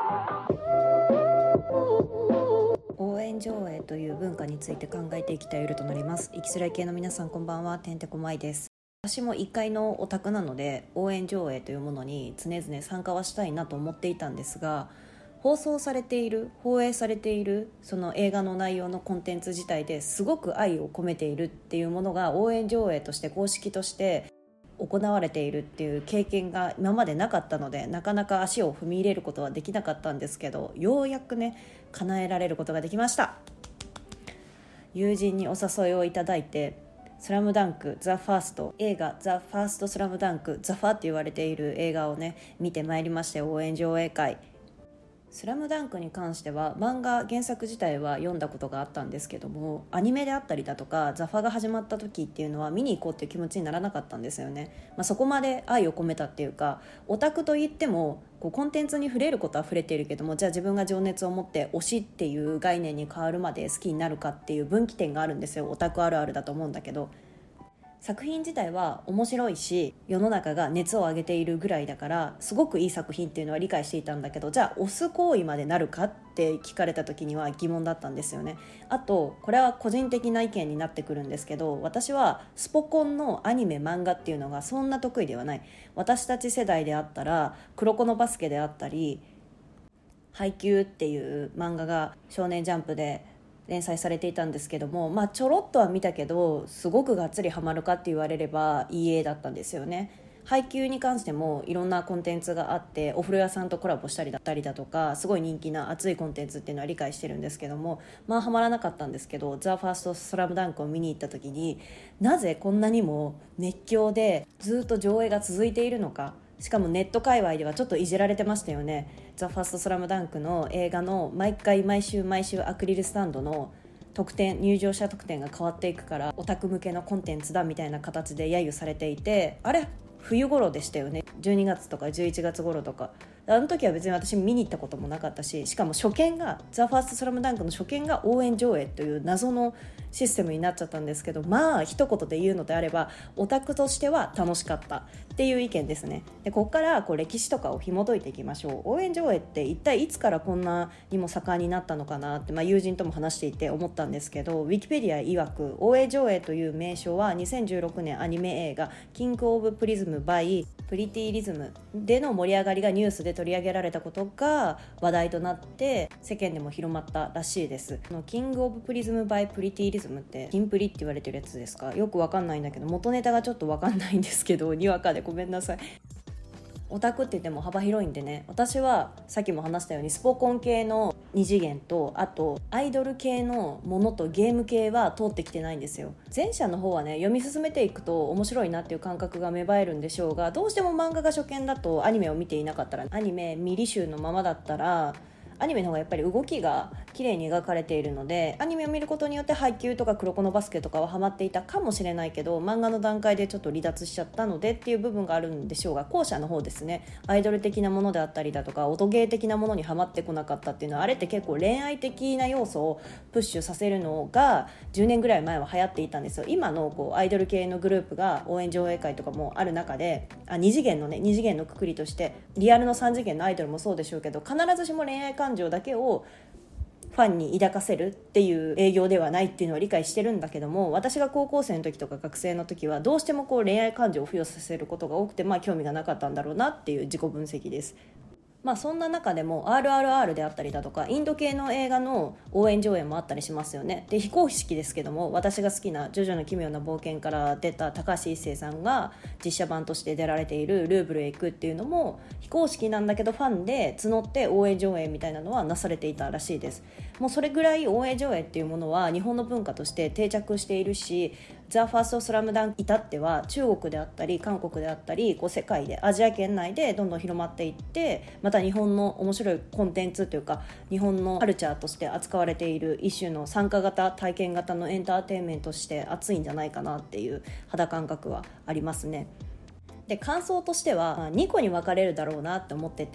応援上映という文化について考えていきたい夜となります。生きづらい系の皆さん、こんばんは。てんてこまいです。私も1階のオタクなので、応援上映というものに常々参加はしたいなと思っていたんですが、放映されているその映画の内容のコンテンツ自体ですごく愛を込めているっていうものが応援上映として公式として行われているっていう経験が今までなかったので、なかなか足を踏み入れることはできなかったんですけど、ようやくね叶えられることができました。友人にお誘いをいただいて、スラムダンクザ・ファースト、映画ザ・ファーストスラムダンク、ザ・ファって言われている映画をね見てまいりまして、応援上映会。スラムダンクに関しては漫画原作自体は読んだことがあったんですけども、アニメであったりだとかザファが始まった時っていうのは見に行こうっていう気持ちにならなかったんですよね。そこまで愛を込めたっていうか、オタクといってもコンテンツに触れることは触れているけども、じゃあ自分が情熱を持って推しっていう概念に変わるまで好きになるかっていう分岐点があるんですよ。オタクあるあるだと思うんだけど、作品自体は面白いし世の中が熱を上げているぐらいだからすごくいい作品っていうのは理解していたんだけど、じゃあ推す行為までなるかって聞かれた時には疑問だったんですよね。あとこれは個人的な意見になってくるんですけど、私はスポコンのアニメ漫画っていうのがそんな得意ではない。私たち世代であったら黒子のバスケであったり、ハイキューっていう漫画が少年ジャンプで連載されていたんですけども、ちょろっとは見たけどすごくがっつりハマるかって言われればいい絵だったんですよね。配給に関してもいろんなコンテンツがあって、お風呂屋さんとコラボしたりだったりだとか、すごい人気な熱いコンテンツっていうのは理解してるんですけども、ハマらなかったんですけど、ザ・ファーストスラムダンクを見に行った時に、なぜこんなにも熱狂でずっと上映が続いているのか。しかもネット界隈ではちょっといじられてましたよね。ザ・ファーストスラムダンクの映画の毎週アクリルスタンドの入場者特典が変わっていくからオタク向けのコンテンツだみたいな形で揶揄されていて、あれ冬頃でしたよね。12月とか11月頃とか、あの時は別に私見に行ったこともなかったし、しかも初見がザ・ファーストスラムダンクの初見が応援上映という謎のシステムになっちゃったんですけど、一言で言うのであればオタクとしては楽しかったっていう意見ですね。でここから歴史とかを紐解いていきましょう。応援上映って一体いつからこんなにも盛んになったのかなって、友人とも話していて思ったんですけど、ウィキペディア曰く応援上映という名称は2016年アニメ映画キングオブプリズム by プリティリズムでの盛り上がりがニュースで取り上げられたことが話題となって世間でも広まったらしいです。キングオブプリズム by プリティリズムってキンプリって言われてるやつですか。よくわかんないんだけど、元ネタがちょっとわかんないんですけど、にわかでごめんなさい。オタクって言っても幅広いんでね、私はさっきも話したようにスポコン系の二次元と、あとアイドル系のものとゲーム系は通ってきてないんですよ。前者の方はね読み進めていくと面白いなっていう感覚が芽生えるんでしょうが、どうしても漫画が初見だとアニメを見ていなかったら、アニメ未履修のままだったらアニメの方がやっぱり動きが綺麗に描かれているので、アニメを見ることによって配給とか黒子のバスケとかはハマっていたかもしれないけど、漫画の段階でちょっと離脱しちゃったのでっていう部分があるんでしょうが、後者の方ですね、アイドル的なものであったりだとか音ゲー的なものにハマってこなかったっていうのは、あれって結構恋愛的な要素をプッシュさせるのが10年ぐらい前は流行っていたんですよ。今のアイドル系のグループが応援上映会とかもある中で、二次元のくくりとしてリアルの3次元のアイドルもそうでしょうけど、必ずしも恋愛感情だけをファンに抱かせるっていう営業ではないっていうのは理解してるんだけども、私が高校生の時とか学生の時はどうしても恋愛感情を付与させることが多くて、興味がなかったんだろうなっていう自己分析です。そんな中でも RRR であったりだとかインド系の映画の応援上映もあったりしますよね。で非公式ですけども、私が好きなジョジョの奇妙な冒険から出た高橋一生さんが実写版として出られているルーブルへ行くっていうのも非公式なんだけどファンで募って応援上映みたいなのはなされていたらしいです。もうそれぐらい応援上映っていうものは日本の文化として定着しているし、ザ・ファーストスラムダンク至っては中国であったり韓国であったり世界でアジア圏内でどんどん広まっていって、また日本の面白いコンテンツというか日本のカルチャーとして扱われている一種の参加型体験型のエンターテインメントとして熱いんじゃないかなっていう肌感覚はありますね。で感想としては2個に分かれるだろうなって思ってて、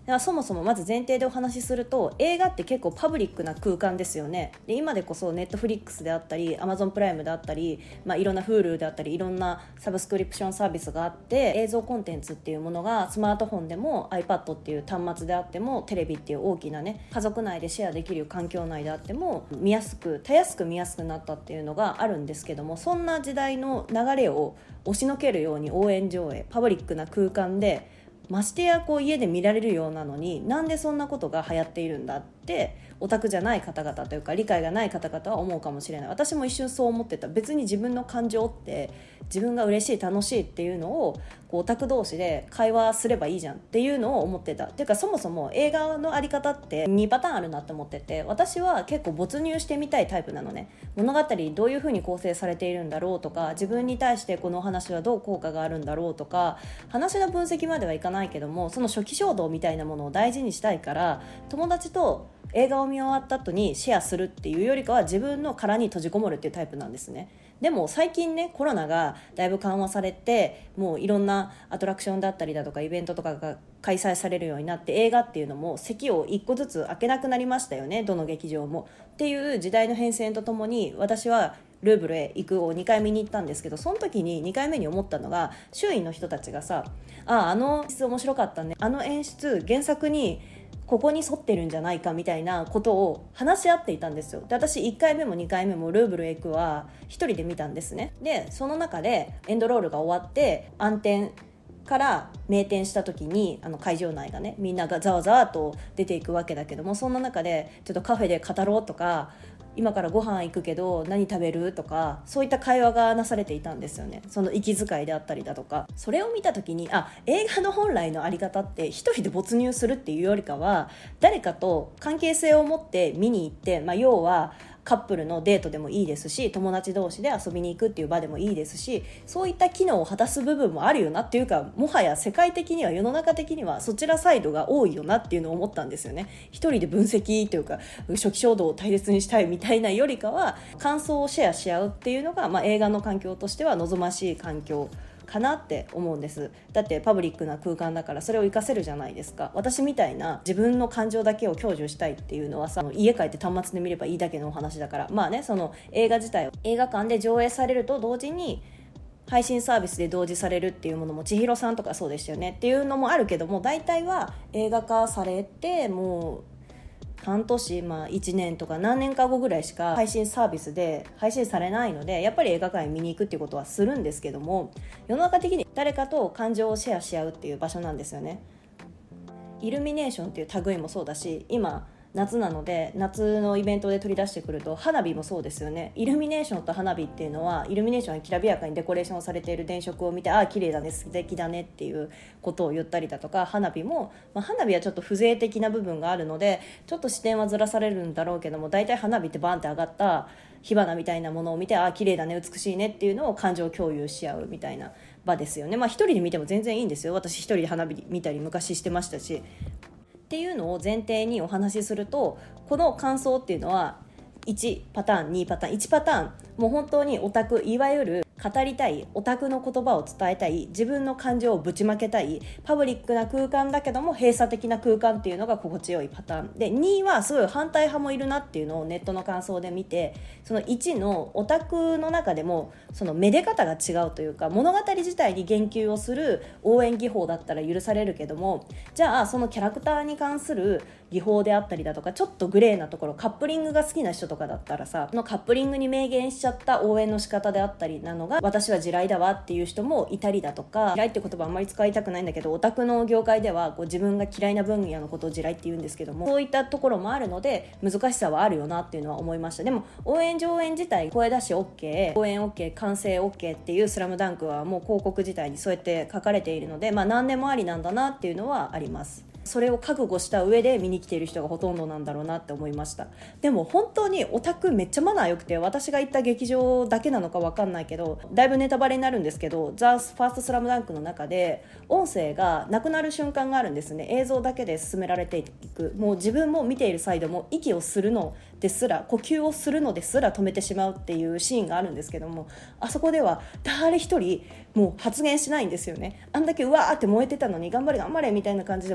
からそもそもまず前提でお話しすると、映画って結構パブリックな空間ですよね。で今でこそネットフリックスであったり Amazon プライムであったり、いろんな Hulu であったりいろんなサブスクリプションサービスがあって、映像コンテンツっていうものがスマートフォンでも iPad っていう端末であってもテレビっていう大きなね、家族内でシェアできる環境内であってもたやすく見やすくなったっていうのがあるんですけども、そんな時代の流れを押しのけるように応援上映、パブリックな空間でましてや家で見られるようなのに、なんでそんなことが流行っているんだってオタクじゃない方々というか理解がない方々は思うかもしれない。私も一瞬そう思ってた。別に自分の感情って自分が嬉しい楽しいっていうのをオタク同士で会話すればいいじゃんっていうのを思ってた。っていうかそもそも映画のあり方って2パターンあるなって思ってて、私は結構没入してみたいタイプなのね。物語どういう風に構成されているんだろうとか、自分に対してこのお話はどう効果があるんだろうとか、話の分析まではいかないけども、その初期衝動みたいなものを大事にしたいから、友達と映画を見終わった後にシェアするっていうよりかは自分の殻に閉じこもるっていうタイプなんですね。でも最近ね、コロナがだいぶ緩和されて、もういろんなアトラクションだったりだとかイベントとかが開催されるようになって、映画っていうのも席を1個ずつ開けなくなりましたよね、どの劇場も。っていう時代の変遷とともに、私はルーブルへ行くを2回見に行ったんですけど、その時に2回目に思ったのが、周囲の人たちがさ、あの演出面白かったね、あの演出原作にここに沿ってるんじゃないかみたいなことを話し合っていたんですよ。で私1回目も2回目もルーブルへ行くは1人で見たんですね。でその中でエンドロールが終わって暗転から明転した時に会場内がね、みんながざわざわと出ていくわけだけども、そんな中でちょっとカフェで語ろうとか、今からご飯行くけど何食べるとか、そういった会話がなされていたんですよね。その息遣いであったりだとか、それを見た時に映画の本来のあり方って一人で没入するっていうよりかは、誰かと関係性を持って見に行って、要はカップルのデートでもいいですし、友達同士で遊びに行くっていう場でもいいですし、そういった機能を果たす部分もあるよなっていうか、もはや世界的には世の中的にはそちらサイドが多いよなっていうのを思ったんですよね。一人で分析というか初期衝動を大切にしたいみたいなよりかは、感想をシェアし合うっていうのが、映画の環境としては望ましい環境かなって思うんです。だってパブリックな空間だからそれを活かせるじゃないですか。私みたいな自分の感情だけを享受したいっていうのはさ、家帰って端末で見ればいいだけのお話だから、その映画自体を映画館で上映されると同時に配信サービスで同時されるっていうものも、千尋さんとかそうでしたよねっていうのもあるけども、大体は映画化されてもう半年、1年とか何年か後ぐらいしか配信サービスで配信されないので、やっぱり映画館に見に行くっていうことはするんですけども、世の中的に誰かと感情をシェアし合うっていう場所なんですよね。イルミネーションっていう類もそうだし、今夏なので夏のイベントで取り出してくると花火もそうですよね。イルミネーションと花火っていうのは、イルミネーションはきらびやかにデコレーションされている電飾を見て、綺麗だね素敵だねっていうことを言ったりだとか、花火も、花火はちょっと風情的な部分があるのでちょっと視点はずらされるんだろうけども、大体花火ってバーンって上がった火花みたいなものを見て、綺麗だね美しいねっていうのを感情共有し合うみたいな場ですよね。一人で見ても全然いいんですよ。私一人で花火見たり昔してましたし。っていうのを前提にお話しすると、この感想っていうのは1パターン2パターン、1パターンもう本当にオタク、いわゆる語りたいオタクの言葉を伝えたい、自分の感情をぶちまけたい、パブリックな空間だけども閉鎖的な空間っていうのが心地よいパターンで、2はすごい反対派もいるなっていうのをネットの感想で見て、その1のオタクの中でもそのめで方が違うというか、物語自体に言及をする応援技法だったら許されるけども、じゃあそのキャラクターに関する技法であったりだとか、ちょっとグレーなところ、カップリングが好きな人とかだったらさ、そのカップリングに明言しちゃった応援の仕方であったりなのが私は地雷だわっていう人もいたりだとか、嫌いって言葉あんまり使いたくないんだけど、オタクの業界では自分が嫌いな分野のことを地雷って言うんですけども、そういったところもあるので難しさはあるよなっていうのは思いました。でも応援上演自体声出し OK、 応援 OK、 完成 OK っていうスラムダンクはもう広告自体にそうやって書かれているので、何年もありなんだなっていうのはあります。それを覚悟した上で見に来ている人がほとんどなんだろうなって思いました。でも本当にオタクめっちゃマナー良くて、私が行った劇場だけなのか分かんないけど、だいぶネタバレになるんですけど、ザ・ファーストスラムダンクの中で音声がなくなる瞬間があるんですね。映像だけで進められていく、もう自分も見ているサイドも息をするのですら、呼吸をするのですら止めてしまうっていうシーンがあるんですけども、あそこでは誰一人もう発言しないんですよね。あんだけうわーって燃えてたのに、頑張れ頑張れみたいな感じで燃えてた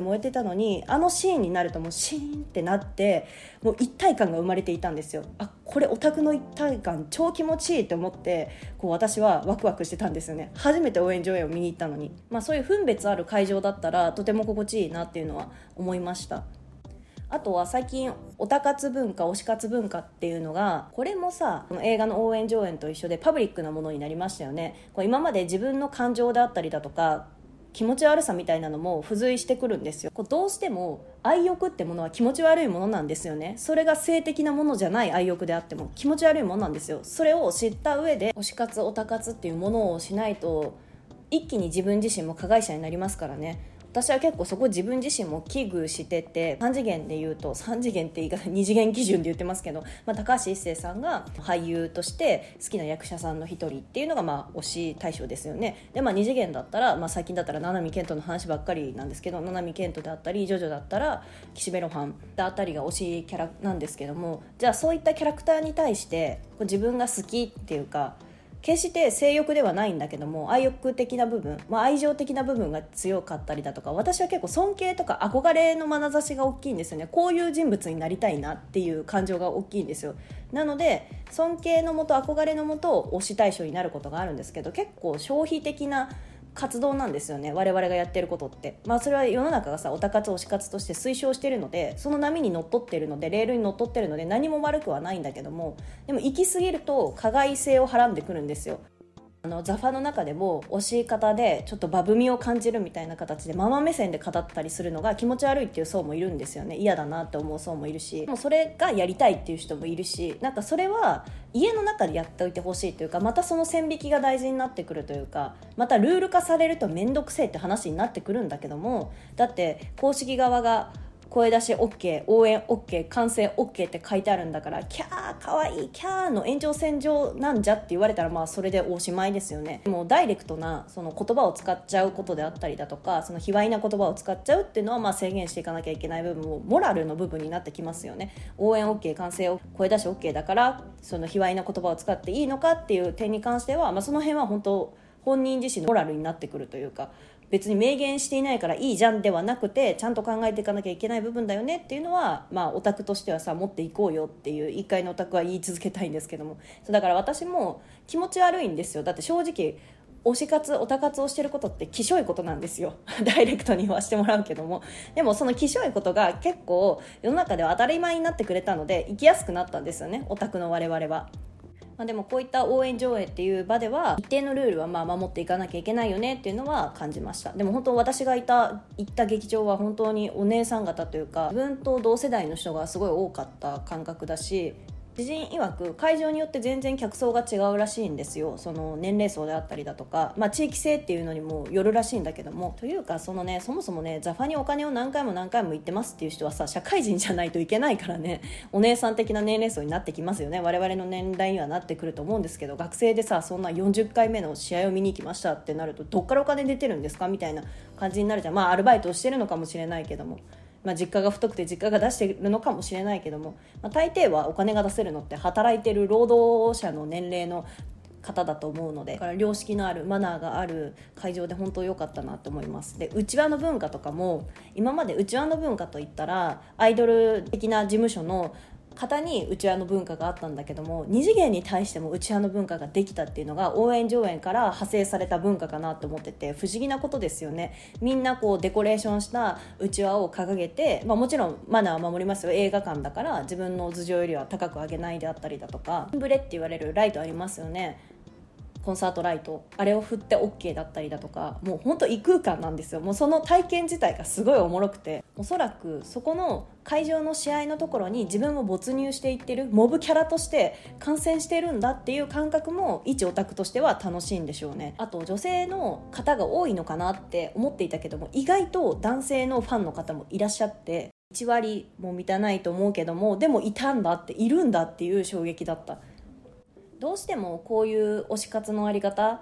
したのに、あのシーンになるともうシーンってなって、もう一体感が生まれていたんですよ。これオタクの一体感超気持ちいいって思って、私はワクワクしてたんですよね。初めて応援上映を見に行ったのに、そういう分別ある会場だったらとても心地いいなっていうのは思いました。あとは最近オタ活文化、推し活文化っていうのが、これもさ、映画の応援上映と一緒でパブリックなものになりましたよね。今まで自分の感情であったりだとか気持ち悪さみたいなのも付随してくるんですよ。どうしても愛欲ってものは気持ち悪いものなんですよね。それが性的なものじゃない愛欲であっても気持ち悪いものなんですよ。それを知った上で推し活、オタ活っていうものをしないと、一気に自分自身も加害者になりますからね。私は結構そこ自分自身も危惧してて、3次元で言うと、3次元って言い方2次元基準で言ってますけど、高橋一生さんが俳優として好きな役者さんの一人っていうのが推し対象ですよね。で、2次元だったら、最近だったら七海建人の話ばっかりなんですけど、七海建人であったりジョジョだったら岸辺露伴だったりが推しキャラなんですけども、じゃあそういったキャラクターに対して自分が好きっていうか、決して性欲ではないんだけども愛欲的な部分、愛情的な部分が強かったりだとか、私は結構尊敬とか憧れの眼差しが大きいんですよね。こういう人物になりたいなっていう感情が大きいんですよ。なので尊敬のもと、憧れのもと推し対象になることがあるんですけど、結構消費的な活動なんですよね、我々がやってることって。それは世の中がさ、オタ活推し活として推奨してるので、その波にのっとってるので、レールにのっとってるので何も悪くはないんだけども、でも行き過ぎると加害性をはらんでくるんですよ。ザファの中でも推し方でちょっとバブみを感じるみたいな形でママ目線で語ったりするのが気持ち悪いっていう層もいるんですよね。嫌だなって思う層もいるし、もうそれがやりたいっていう人もいるし、それは家の中でやっておいてほしいというか、またその線引きが大事になってくるというか、またルール化されると面倒くせえって話になってくるんだけども、だって公式側が声出し OK、 応援 OK、 観戦 OK って書いてあるんだから、キャーかわいいキャーの延長線上なんじゃって言われたらそれでおしまいですよね。もうダイレクトなその言葉を使っちゃうことであったりだとか、その卑猥な言葉を使っちゃうっていうのは制限していかなきゃいけない部分もモラルの部分になってきますよね。応援 OK、 観戦声出し OK だからその卑猥な言葉を使っていいのかっていう点に関しては、その辺は本当本人自身のモラルになってくるというか、別に明言していないからいいじゃんではなくて、ちゃんと考えていかなきゃいけない部分だよねっていうのは、オタクとしてはさ、持っていこうよっていう一回のオタクは言い続けたいんですけども、だから私も気持ち悪いんですよ。だって正直推し活、オタ活をしてることってきしょいことなんですよダイレクトに言わせてもらうけども、でもそのきしょいことが結構世の中では当たり前になってくれたので、生きやすくなったんですよね、オタクの我々は。でもこういった応援上映っていう場では一定のルールは守っていかなきゃいけないよねっていうのは感じました。でも本当私が行った劇場は本当にお姉さん方というか、自分と同世代の人がすごい多かった感覚だし、知人曰く会場によって全然客層が違うらしいんですよ。その年齢層であったりだとか、地域性っていうのにもよるらしいんだけども、というかそもそもザファにお金を何回も行ってますっていう人はさ、社会人じゃないといけないからね、お姉さん的な年齢層になってきますよね。我々の年代にはなってくると思うんですけど、学生でさ、そんな40回目の試合を見に行きましたってなると、どっからお金出てるんですかみたいな感じになるじゃん。アルバイトをしてるのかもしれないけども、実家が太くて実家が出してるのかもしれないけども、大抵はお金が出せるのって働いてる労働者の年齢の方だと思うので、だから良識のあるマナーがある会場で本当良かったなと思います。で、内輪の文化とかも、今まで内輪の文化といったらアイドル的な事務所の方に内輪の文化があったんだけども、二次元に対しても内輪の文化ができたっていうのが応援上演から派生された文化かなと思ってて、不思議なことですよね。みんなデコレーションした内輪を掲げて、もちろんマナーは守りますよ。映画館だから自分の頭上よりは高く上げないであったりだとか、ブレって言われるライトありますよね、コンサートライト、あれを振って OK だったりだとか、もう本当異空間なんですよ。もうその体験自体がすごいおもろくて、おそらくそこの会場の試合のところに自分も没入していってる、モブキャラとして観戦してるんだっていう感覚も一オタクとしては楽しいんでしょうね。あと女性の方が多いのかなって思っていたけども、意外と男性のファンの方もいらっしゃって、1割も満たないと思うけども、でもいたんだって、いるんだっていう衝撃だった。どうしてもこういう推し活のあり方、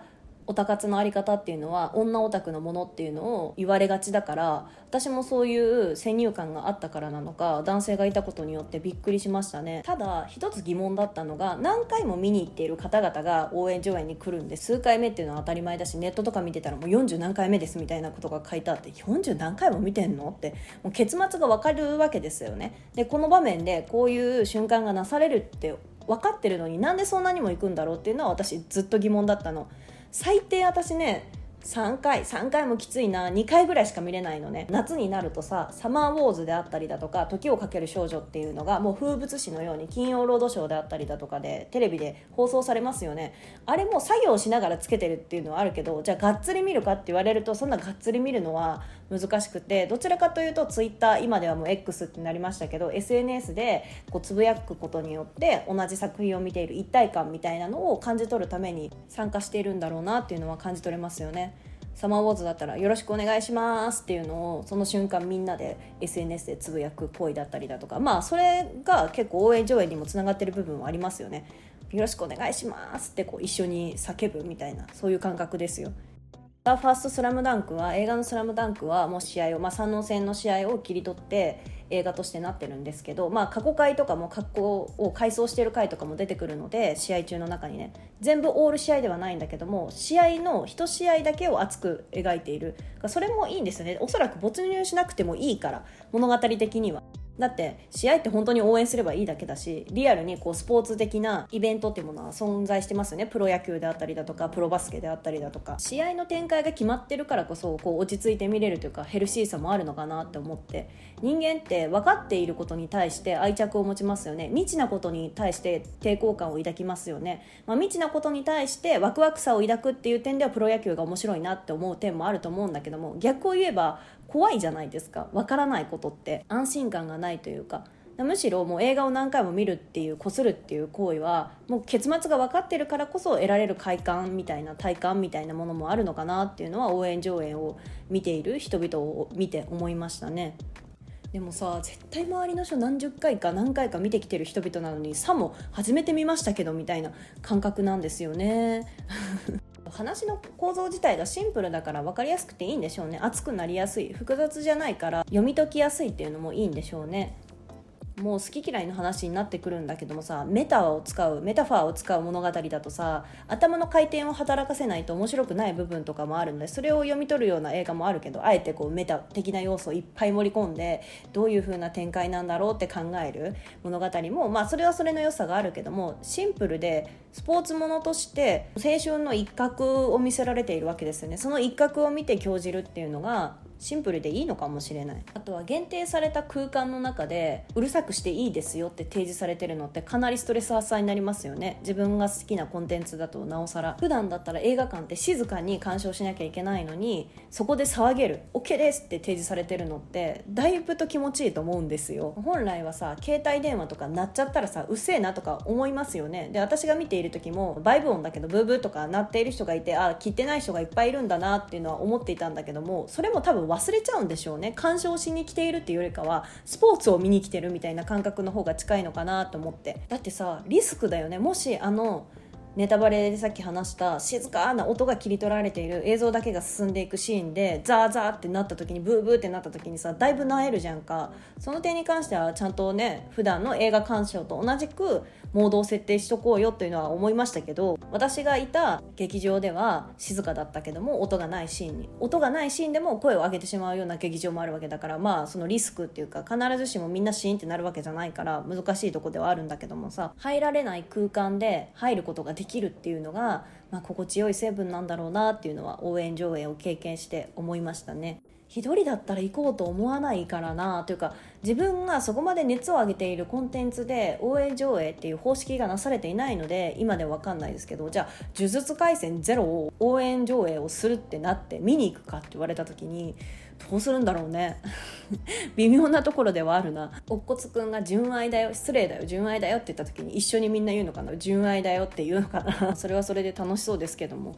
オタ活のあり方っていうのは女オタクのものっていうのを言われがちだから、私もそういう先入観があったからなのか男性がいたことによってびっくりしましたね。ただ一つ疑問だったのが、何回も見に行っている方々が応援上映に来るんで、数回目っていうのは当たり前だし、ネットとか見てたらもう40何回目ですみたいなことが書いてあって、40何回も見てんのってもう結末が分かるわけですよね。でこの場面でこういう瞬間がなされるって分かってるのになんでそんなにも行くんだろうっていうのは私ずっと疑問だったの。最低私ね3回もきついな、2回ぐらいしか見れないのね。夏になるとさ、サマーウォーズであったりだとか時をかける少女っていうのがもう風物詩のように金曜ロードショーであったりだとかでテレビで放送されますよね。あれも作業しながらつけてるっていうのはあるけど、じゃあがっつり見るかって言われるとそんながっつり見るのは難しくて、どちらかというとツイッター、今ではもう X ってなりましたけど SNS でこうつぶやくことによって同じ作品を見ている一体感みたいなのを感じ取るために参加しているんだろうなっていうのは感じ取れますよね。サマーウォーズだったらよろしくお願いしますっていうのをその瞬間みんなで SNS でつぶやく行為だったりだとか、まあそれが結構応援上映にもつながってる部分はありますよね。よろしくお願いしますってこう一緒に叫ぶみたいな、そういう感覚ですよ。ファーストスラムダンクは、映画のスラムダンクはもう試合を、三能戦の試合を切り取って映画としてなってるんですけど、過去回とかも格好を改装している回とかも出てくるので、試合中の中にね、全部オール試合ではないんだけども、試合の一試合だけを熱く描いている、それもいいんですよね。おそらく没入しなくてもいいから、物語的には。だって試合って本当に応援すればいいだけだし、リアルにこうスポーツ的なイベントっていうものは存在してますよね。プロ野球であったりだとかプロバスケであったりだとか、試合の展開が決まってるからこそこう落ち着いて見れるというか、ヘルシーさもあるのかなって思って、人間って分かっていることに対して愛着を持ちますよね。未知なことに対して抵抗感を抱きますよね。未知なことに対してワクワクさを抱くっていう点ではプロ野球が面白いなって思う点もあると思うんだけども、逆を言えば怖いじゃないですか。分からないことって安心感がないというか、むしろもう映画を何回も見るっていう、こするっていう行為はもう結末が分かってるからこそ得られる快感みたいな、体感みたいなものもあるのかなっていうのは応援上映を見ている人々を見て思いましたね。でもさ、絶対周りの人何十回か何回か見てきてる人々なのに、さも初めて見ましたけどみたいな感覚なんですよね。話の構造自体がシンプルだから分かりやすくていいんでしょうね。熱くなりやすい、複雑じゃないから読み解きやすいっていうのもいいんでしょうね。もう好き嫌いの話になってくるんだけどもさ、メタファーを使う物語だとさ、頭の回転を働かせないと面白くない部分とかもあるので、それを読み取るような映画もあるけど、あえてこうメタ的な要素をいっぱい盛り込んでどういう風な展開なんだろうって考える物語も、それはそれの良さがあるけども、シンプルでスポーツものとして青春の一角を見せられているわけですよね。その一角を見て興じるっていうのがシンプルでいいのかもしれない。あとは限定された空間の中でうるさくしていいですよって提示されてるのってかなりストレス発散になりますよね。自分が好きなコンテンツだとなおさら。普段だったら映画館って静かに鑑賞しなきゃいけないのに、そこで騒げる OK ですって提示されてるのってだいぶと気持ちいいと思うんですよ。本来はさ、携帯電話とか鳴っちゃったらさ、うっせえなとか思いますよね。で、私が見ている時もバイブ音だけどブーブーとか鳴っている人がいて、聞いてない人がいっぱいいるんだなっていうのは思っていたんだけども、それも多分忘れちゃうんでしょうね。鑑賞しに来ているっていうよりかはスポーツを見に来てるみたいな感覚の方が近いのかなと思って。だってさ、リスクだよね。もしネタバレでさっき話した静かな音が切り取られている映像だけが進んでいくシーンでザーザーってなった時に、ブーブーってなった時にさ、だいぶ萎えるじゃんか。その点に関してはちゃんとね、普段の映画鑑賞と同じくモードを設定しとこうよというのは思いましたけど、私がいた劇場では静かだったけども、音がないシーンでも声を上げてしまうような劇場もあるわけだから、そのリスクっていうか、必ずしもみんなシーンってなるわけじゃないから難しいとこではあるんだけどもさ、入られない空間で入ることができるっていうのが、心地よい成分なんだろうなっていうのは応援上映を経験して思いましたね。一人だったら行こうと思わないからなというか、自分がそこまで熱を上げているコンテンツで応援上映っていう方式がなされていないので今では分かんないですけど、じゃあ呪術廻戦ゼロを応援上映をするってなって見に行くかって言われた時にどうするんだろうね。微妙なところではあるな。おっこつくんが純愛だよ、失礼だよ、純愛だよって言った時に一緒にみんな言うのかな、純愛だよって言うのかな。それはそれで楽しそうですけども、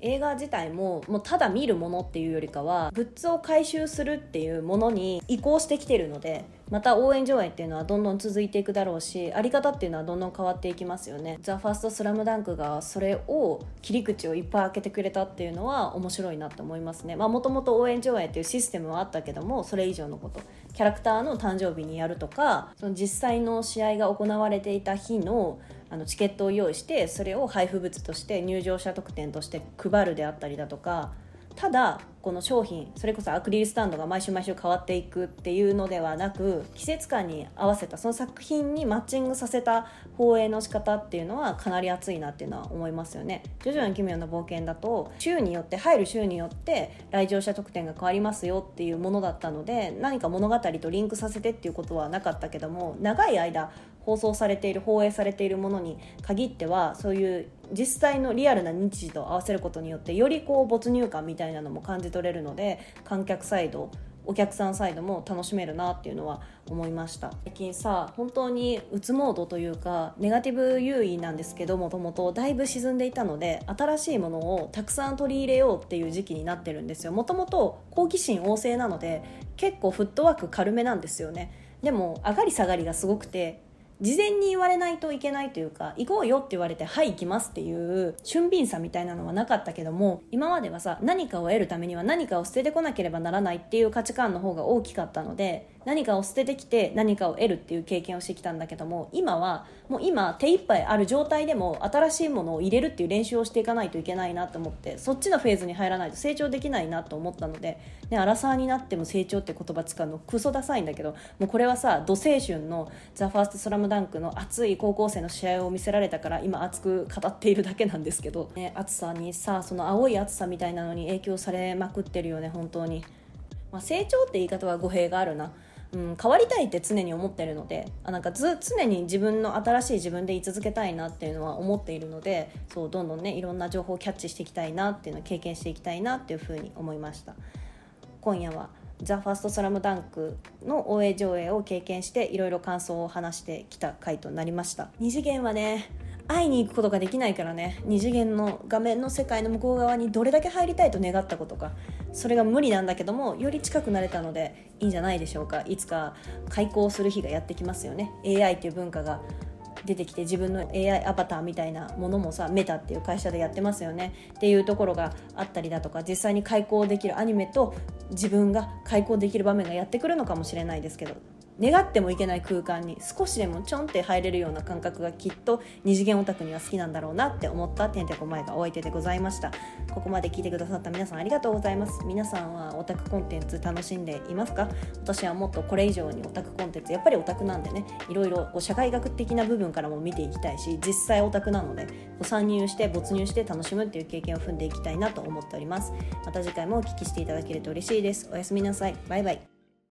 映画自体ももうただ見るものっていうよりかはグッズを回収するっていうものに移行してきてるので、また応援上映っていうのはどんどん続いていくだろうし、あり方っていうのはどんどん変わっていきますよね。ザ・ファーストスラムダンクがそれを切り口をいっぱい開けてくれたっていうのは面白いなと思いますね。もともと応援上映っていうシステムはあったけども、それ以上のこと、キャラクターの誕生日にやるとか、その実際の試合が行われていた日のチケットを用意して、それを配布物として入場者特典として配るであったりだとか、ただこの商品、それこそアクリルスタンドが毎週毎週変わっていくっていうのではなく、季節感に合わせたその作品にマッチングさせた放映の仕方っていうのはかなり熱いなっていうのは思いますよね。ジョジョの奇妙な冒険だと週によって入る週によって来場者特典が変わりますよっていうものだったので、何か物語とリンクさせてっていうことはなかったけども、長い間放送されている放映されているものに限っては、そういう実際のリアルな日時と合わせることによってよりこう没入感みたいなのも感じ取れるので、観客サイドお客さんサイドも楽しめるなっていうのは思いました。最近さ、本当にうつモードというかネガティブ優位なんですけど、もともとだいぶ沈んでいたので、新しいものをたくさん取り入れようっていう時期になってるんですよ。もともと好奇心旺盛なので結構フットワーク軽めなんですよね。でも上がり下がりがすごくて、事前に言われないといけないというか、行こうよって言われてはい行きますっていう俊敏さみたいなのはなかったけども、今まではさ、何かを得るためには何かを捨ててこなければならないっていう価値観の方が大きかったので、何かを捨ててきて何かを得るっていう経験をしてきたんだけども、今はもう今手一杯ある状態でも新しいものを入れるっていう練習をしていかないといけないなと思って、そっちのフェーズに入らないと成長できないなと思ったので、ね、アラサーになっても成長って言葉使うのクソダサいんだけど、もうこれはさ、土青春のザ・ファーストスラムダンクの熱い高校生の試合を見せられたから今熱く語っているだけなんですけど、ね、暑さにさ、その青い暑さみたいなのに影響されまくってるよね本当に。成長って言い方は語弊があるな。変わりたいって常に思ってるので、なんか常に自分の新しい自分で居続けたいなっていうのは思っているので、そうどんどんね、いろんな情報をキャッチしていきたいなっていうのを経験していきたいなっていうふうに思いました。今夜はザ・ファーストスラムダンクの応援上映を経験していろいろ感想を話してきた回となりました。二次元はね、会いに行くことができないからね、二次元の画面の世界の向こう側にどれだけ入りたいと願ったことか、それが無理なんだけども、より近くなれたのでいいんじゃないでしょうか。いつか開校する日がやってきますよね。 AI っていう文化が出てきて、自分の AI アバターみたいなものもさ、メタっていう会社でやってますよねっていうところがあったりだとか、実際に開校できるアニメと自分が開校できる場面がやってくるのかもしれないですけど、願ってもいけない空間に少しでもちょんって入れるような感覚がきっと二次元オタクには好きなんだろうなって思ったてんてこまいがお相手でございました。ここまで聞いてくださった皆さんありがとうございます。皆さんはオタクコンテンツ楽しんでいますか？私はもっとこれ以上にオタクコンテンツ、やっぱりオタクなんでね、いろいろ社会学的な部分からも見ていきたいし、実際オタクなので参入して没入して楽しむっていう経験を踏んでいきたいなと思っております。また次回もお聞きしていただけると嬉しいです。おやすみなさい。バイバイ。